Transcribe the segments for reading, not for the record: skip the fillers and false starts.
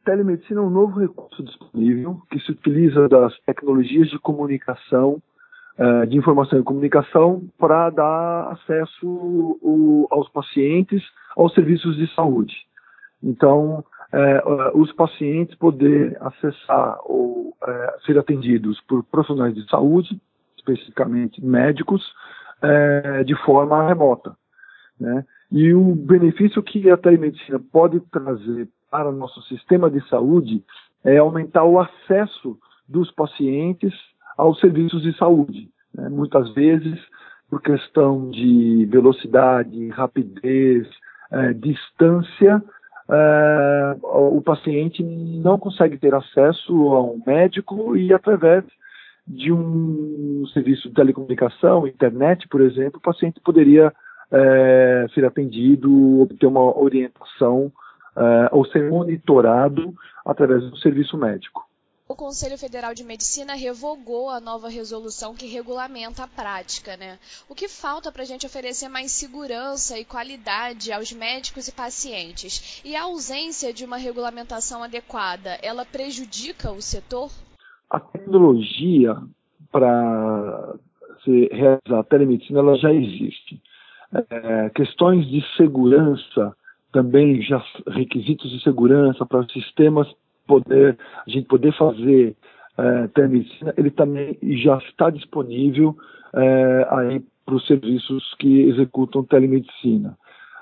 telemedicina é um novo recurso disponível que se utiliza das tecnologias de comunicação, de informação e comunicação, para dar acesso aos pacientes aos serviços de saúde. Então, os pacientes poder acessar ou ser atendidos por profissionais de saúde, especificamente médicos, de forma remota, né? E o benefício que a telemedicina pode trazer para o nosso sistema de saúde é aumentar o acesso dos pacientes aos serviços de saúde, né? Muitas vezes, por questão de velocidade, rapidez, distância, o paciente não consegue ter acesso a um médico e, através de um serviço de telecomunicação, internet, por exemplo, o paciente poderia ser atendido, obter uma orientação ou ser monitorado através do serviço médico. O Conselho Federal de Medicina revogou a nova resolução que regulamenta a prática, né? O que falta para a gente oferecer mais segurança e qualidade aos médicos e pacientes? E a ausência de uma regulamentação adequada, ela prejudica o setor? A tecnologia para se realizar a telemedicina, ela já existe. Questões de segurança, também já requisitos de segurança para os sistemas a gente poder fazer telemedicina, ele também já está disponível aí para os serviços que executam telemedicina.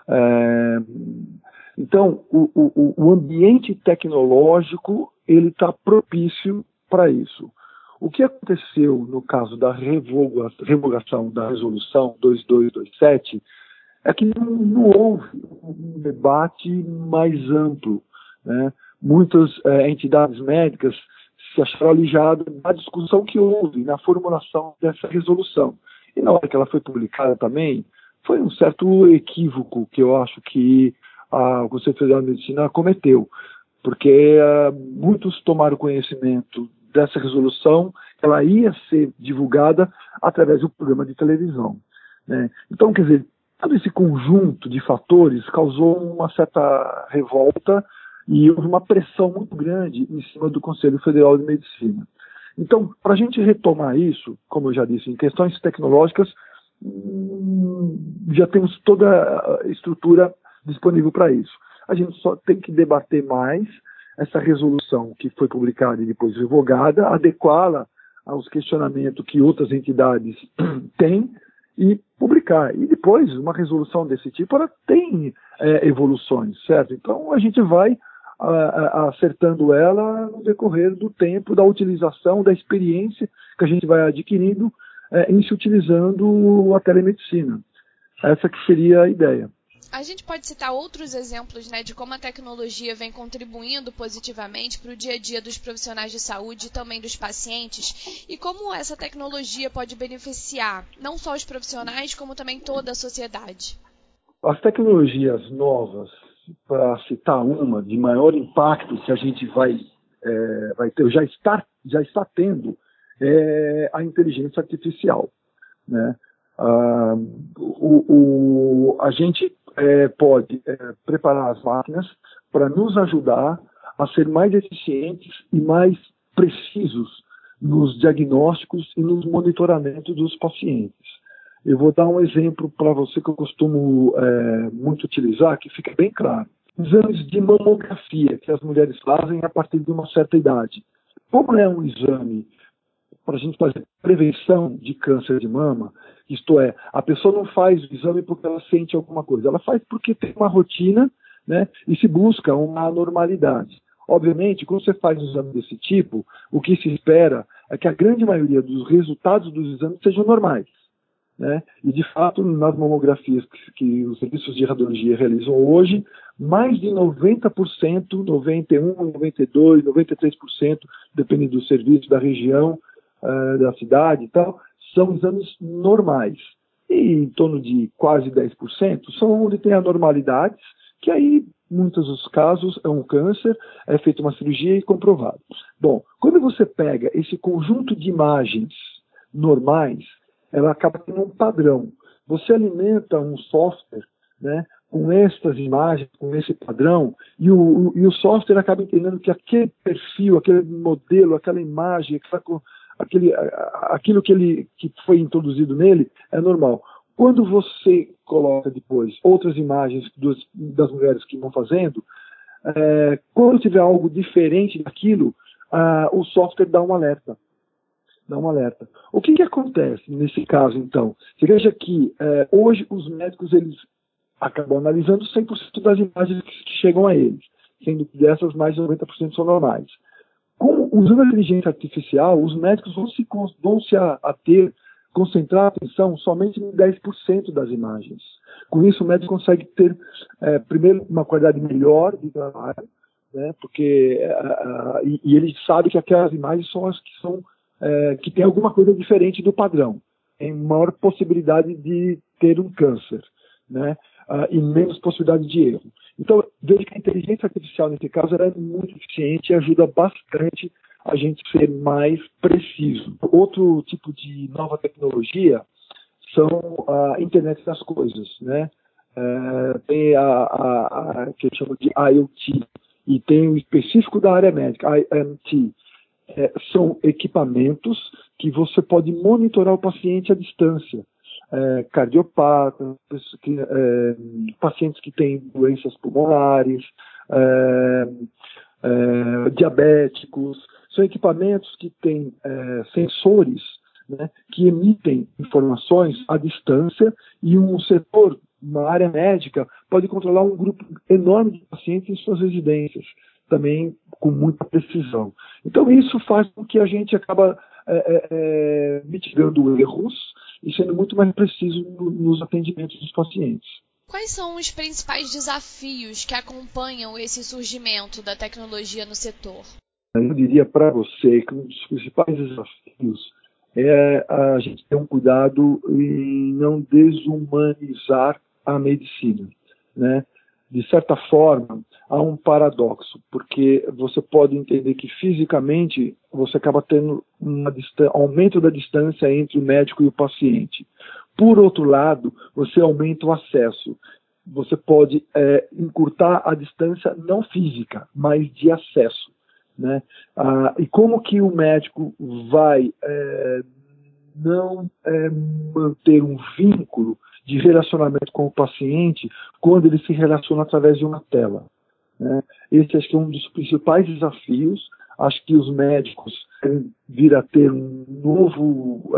Então, o ambiente tecnológico ele está propício para isso. O que aconteceu no caso da revogação da resolução 2227 é que não houve um debate mais amplo, né? Muitas entidades médicas se acharam alijadas da discussão que houve na formulação dessa resolução. E na hora que ela foi publicada também, foi um certo equívoco que eu acho que o Conselho Federal de Medicina cometeu, porque muitos tomaram conhecimento dessa resolução, ela ia ser divulgada através do programa de televisão, né? Então, quer dizer, todo esse conjunto de fatores causou uma certa revolta e houve uma pressão muito grande em cima do Conselho Federal de Medicina. Então, para a gente retomar isso, como eu já disse, em questões tecnológicas, já temos toda a estrutura disponível para isso. A gente só tem que debater mais essa resolução que foi publicada e depois revogada, adequá-la aos questionamentos que outras entidades têm e publicar. E depois, uma resolução desse tipo, ela tem evoluções, certo? Então, a gente vai acertando ela no decorrer do tempo, da utilização, da experiência que a gente vai adquirindo em se utilizando a telemedicina. Essa que seria a ideia. A gente pode citar outros exemplos, né, de como a tecnologia vem contribuindo positivamente para o dia a dia dos profissionais de saúde e também dos pacientes, e como essa tecnologia pode beneficiar não só os profissionais, como também toda a sociedade. As tecnologias novas, para citar uma de maior impacto que a gente vai ter, já está tendo, é a inteligência artificial, né? A gente pode preparar as máquinas para nos ajudar a ser mais eficientes e mais precisos nos diagnósticos e nos monitoramentos dos pacientes. Eu vou dar um exemplo para você que eu costumo muito utilizar, que fica bem claro. Exames de mamografia que as mulheres fazem a partir de uma certa idade. Como é um exame para a gente fazer prevenção de câncer de mama, isto é, a pessoa não faz o exame porque ela sente alguma coisa, ela faz porque tem uma rotina, né, e se busca uma anormalidade. Obviamente, quando você faz um exame desse tipo, o que se espera é que a grande maioria dos resultados dos exames sejam normais, né? E, de fato, nas mamografias que os serviços de radiologia realizam hoje, mais de 90%, 91%, 92%, 93%, dependendo do serviço, da região, da cidade e tal, são exames normais. E em torno de quase 10% são onde tem anormalidades, que aí, em muitos dos casos, é um câncer, é feita uma cirurgia e comprovado. Bom, quando você pega esse conjunto de imagens normais, ela acaba tendo um padrão. Você alimenta um software, né, com essas imagens, com esse padrão, e o software acaba entendendo que aquele perfil, aquele modelo, aquela imagem, aquilo que foi introduzido nele é normal. Quando você coloca depois outras imagens das mulheres que vão fazendo, quando tiver algo diferente daquilo, o software dá um alerta. O que acontece nesse caso, então? Você veja que hoje os médicos eles acabam analisando 100% das imagens que chegam a eles, sendo que dessas mais de 90% são normais. Usando a inteligência artificial, os médicos vão se concentrar a atenção somente em 10% das imagens. Com isso, o médico consegue ter, primeiro, uma qualidade melhor de trabalho, né, porque e ele sabe que aquelas imagens são as que têm alguma coisa diferente do padrão. Tem maior possibilidade de ter um câncer, né, e menos possibilidade de erro. Então, vejo que a inteligência artificial, nesse caso, ela é muito eficiente e ajuda bastante a gente ser mais preciso. Outro tipo de nova tecnologia são a internet das coisas, né? Tem que eu chamo de IoT, e tem o específico da área médica, IMT. São equipamentos que você pode monitorar o paciente à distância. Cardiopatas, pacientes que têm doenças pulmonares, diabéticos. São equipamentos que têm sensores, né, que emitem informações à distância, e um setor, uma área médica, pode controlar um grupo enorme de pacientes em suas residências, também com muita precisão. Então isso faz com que a gente acaba mitigando erros e sendo muito mais preciso nos atendimentos dos pacientes. Quais são os principais desafios que acompanham esse surgimento da tecnologia no setor? Eu diria para você que um dos principais desafios é a gente ter um cuidado em não desumanizar a medicina, né? De certa forma, há um paradoxo, porque você pode entender que fisicamente você acaba tendo um aumento da distância entre o médico e o paciente. Por outro lado, você aumenta o acesso. Você pode encurtar a distância não física, mas de acesso, né? E como que o médico vai não manter um vínculo de relacionamento com o paciente quando ele se relaciona através de uma tela, né? Esse acho que é um dos principais desafios. Acho que os médicos devem vir a ter um novo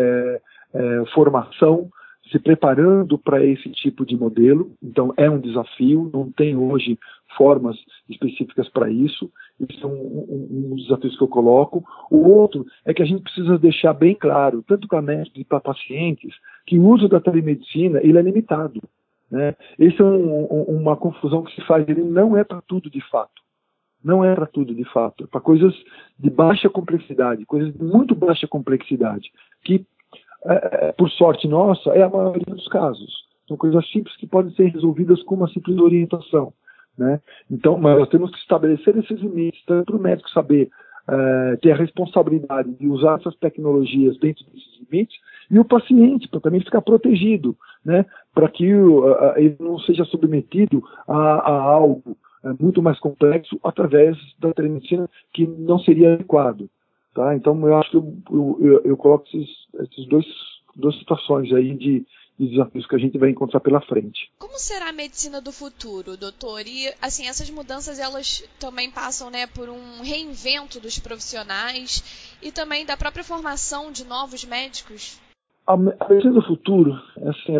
formação, se preparando para esse tipo de modelo. Então é um desafio, não tem hoje formas específicas para isso. Esse é um dos desafios que eu coloco. O outro é que a gente precisa deixar bem claro, tanto para médicos e para pacientes, que o uso da telemedicina ele é limitado, né? Essa é uma confusão que se faz, ele não é para tudo de fato. Não é para tudo de fato, é para coisas de baixa complexidade, coisas de muito baixa complexidade, que por sorte nossa, é a maioria dos casos. São coisas simples que podem ser resolvidas com uma simples orientação, né? Então, mas nós temos que estabelecer esses limites, tanto para o médico saber ter a responsabilidade de usar essas tecnologias dentro desses limites, e o paciente, para também ficar protegido, né? Para que ele não seja submetido a algo muito mais complexo através da telemedicina, que não seria adequado. Tá? Então, eu acho que eu coloco esses duas situações aí de desafios que a gente vai encontrar pela frente. Como será a medicina do futuro, doutor? E, assim, essas mudanças, elas também passam, né, por um reinvento dos profissionais e também da própria formação de novos médicos? A medicina do futuro, assim,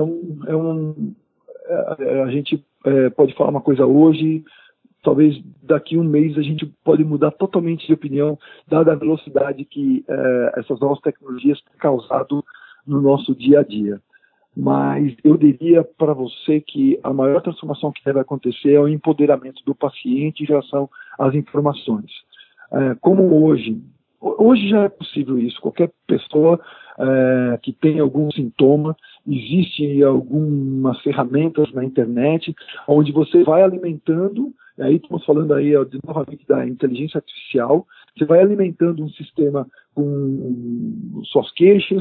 a gente pode falar uma coisa hoje, talvez daqui a um mês a gente pode mudar totalmente de opinião, dada a velocidade que essas novas tecnologias têm causado no nosso dia a dia. Mas eu diria para você que a maior transformação que deve acontecer é o empoderamento do paciente em relação às informações. Como hoje já é possível isso, qualquer pessoa que tem algum sintoma, existem algumas ferramentas na internet onde você vai alimentando, aí estamos falando aí novamente da inteligência artificial, você vai alimentando um sistema com suas queixas,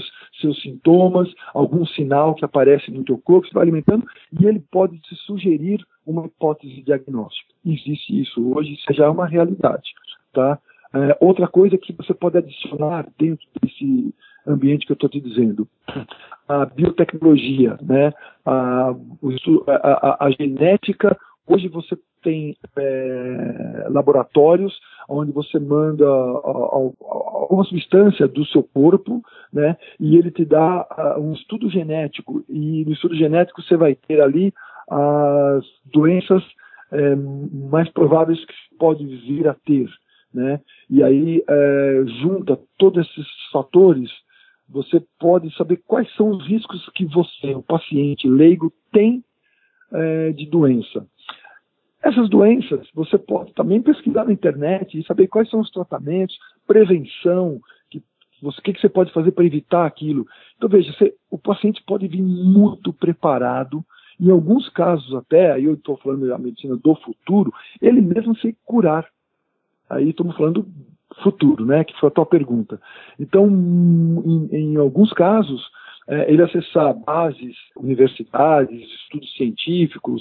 seus sintomas, algum sinal que aparece no teu corpo, você vai alimentando, e ele pode te sugerir uma hipótese diagnóstica. Existe isso hoje, isso já é uma realidade. Tá? Outra coisa que você pode adicionar dentro desse ambiente que eu estou te dizendo, a biotecnologia, né? a genética. Hoje você tem laboratórios onde você manda alguma substância do seu corpo, né? E ele te dá um estudo genético, e no estudo genético você vai ter ali as doenças mais prováveis que pode vir a ter, né? E aí junta todos esses fatores, você pode saber quais são os riscos que você, o paciente leigo, tem de doença. Essas doenças, você pode também pesquisar na internet e saber quais são os tratamentos, prevenção, o que você pode fazer para evitar aquilo. Então, veja, o paciente pode vir muito preparado, em alguns casos até, aí eu estou falando da medicina do futuro, ele mesmo se curar. Aí estamos falando futuro, né, que foi a tua pergunta. Então, em alguns casos, ele acessar bases, universidades, estudos científicos,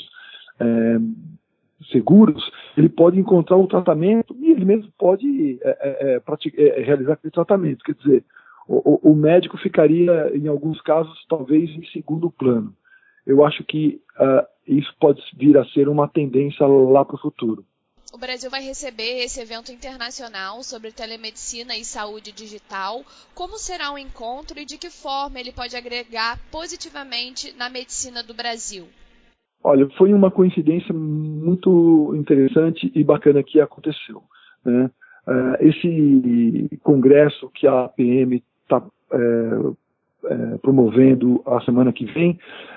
seguros, ele pode encontrar o tratamento e ele mesmo pode realizar aquele tratamento. Quer dizer, o médico ficaria, em alguns casos, talvez em segundo plano. Eu acho que isso pode vir a ser uma tendência lá para o futuro. O Brasil vai receber esse evento internacional sobre telemedicina e saúde digital. Como será o encontro e de que forma ele pode agregar positivamente na medicina do Brasil? Olha, foi uma coincidência muito interessante e bacana que aconteceu, né? Esse congresso que a APM está promovendo a semana que vem,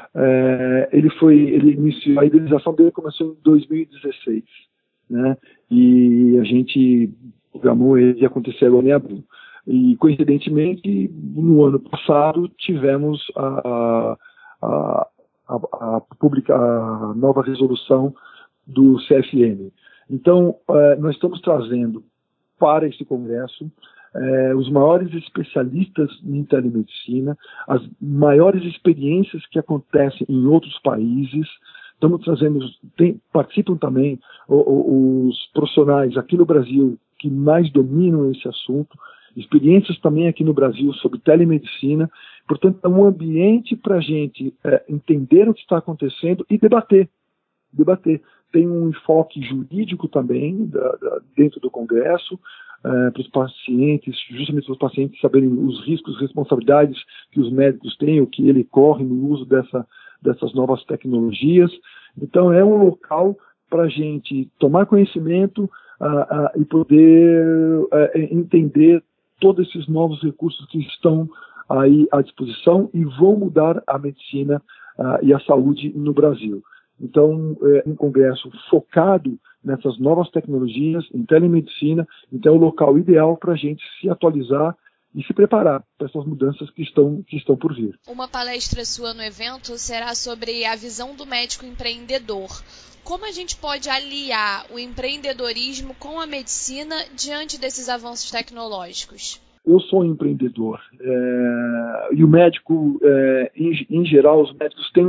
ele iniciou, a idealização dele começou em 2016, né? E a gente programou ele de acontecer agora em abril. E, coincidentemente, no ano passado, tivemos a nova resolução do CFM. Então, nós estamos trazendo para esse congresso os maiores especialistas em telemedicina, as maiores experiências que acontecem em outros países. Estamos trazendo, participam também os profissionais aqui no Brasil que mais dominam esse assunto, experiências também aqui no Brasil sobre telemedicina. Portanto, é um ambiente para a gente entender o que está acontecendo e debater. Tem um enfoque jurídico também dentro do Congresso, para os pacientes, justamente para os pacientes saberem os riscos, responsabilidades que os médicos têm, o que ele corre no uso dessas novas tecnologias. Então, é um local para a gente tomar conhecimento e poder entender todos esses novos recursos que estão aí à disposição e vão mudar a medicina e a saúde no Brasil. Então, um congresso focado nessas novas tecnologias, em telemedicina, então é o local ideal para a gente se atualizar e se preparar para essas mudanças que estão por vir. Uma palestra sua no evento será sobre a visão do médico empreendedor. Como a gente pode aliar o empreendedorismo com a medicina diante desses avanços tecnológicos? Eu sou um empreendedor e o médico, em geral, os médicos têm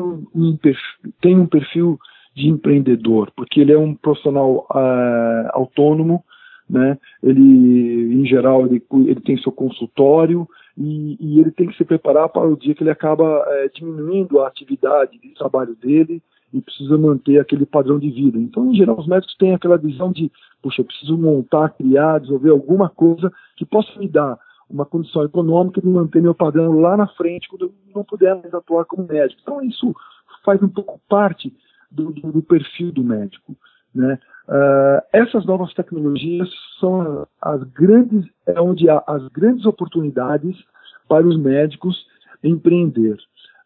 um perfil de empreendedor, porque ele é um profissional autônomo, né? Ele, em geral, ele tem seu consultório e ele tem que se preparar para o dia que ele acaba diminuindo a atividade de trabalho dele e precisa manter aquele padrão de vida. Então, em geral, os médicos têm aquela visão de, puxa, eu preciso montar, criar, desenvolver alguma coisa que possa me dar uma condição econômica de manter meu padrão lá na frente quando eu não puder mais atuar como médico. Então, isso faz um pouco parte do perfil do médico, né? Essas novas tecnologias são onde há as grandes oportunidades para os médicos empreender.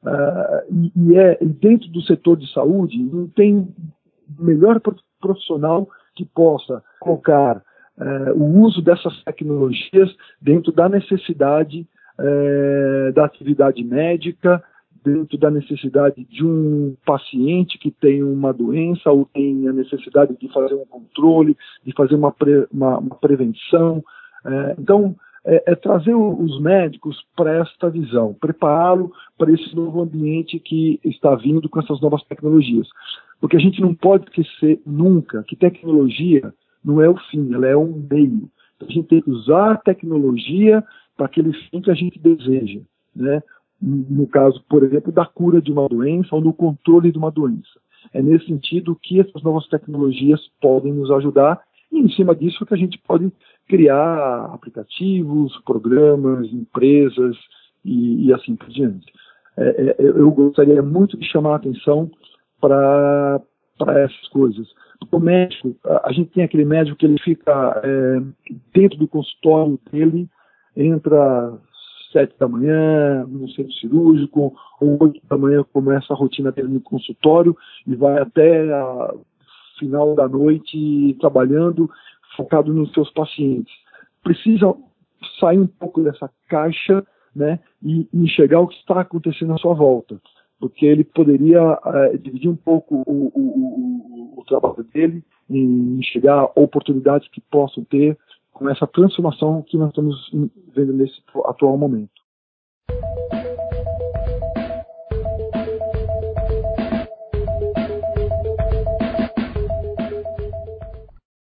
E dentro do setor de saúde não tem melhor profissional que possa colocar o uso dessas tecnologias dentro da necessidade da atividade médica, dentro da necessidade de um paciente que tem uma doença ou tem a necessidade de fazer um controle, de fazer uma prevenção. Então, é trazer os médicos para esta visão, prepará-lo para esse novo ambiente que está vindo com essas novas tecnologias. Porque a gente não pode esquecer nunca que tecnologia não é o fim, ela é um meio. Então, a gente tem que usar a tecnologia para aquele fim que a gente deseja, né? No caso, por exemplo, da cura de uma doença ou no controle de uma doença. É nesse sentido que essas novas tecnologias podem nos ajudar, e em cima disso que a gente pode criar aplicativos, programas, empresas e assim por diante. Eu gostaria muito de chamar a atenção para essas coisas. O médico, a gente tem aquele médico que ele fica dentro do consultório dele, entra 7 da manhã no centro cirúrgico, ou 8 da manhã começa a rotina dele no consultório e vai até final da noite trabalhando, focado nos seus pacientes. Precisa sair um pouco dessa caixa, né, e enxergar o que está acontecendo à sua volta, porque ele poderia dividir um pouco o trabalho dele em enxergar oportunidades que possam ter com essa transformação que nós estamos vendo nesse atual momento.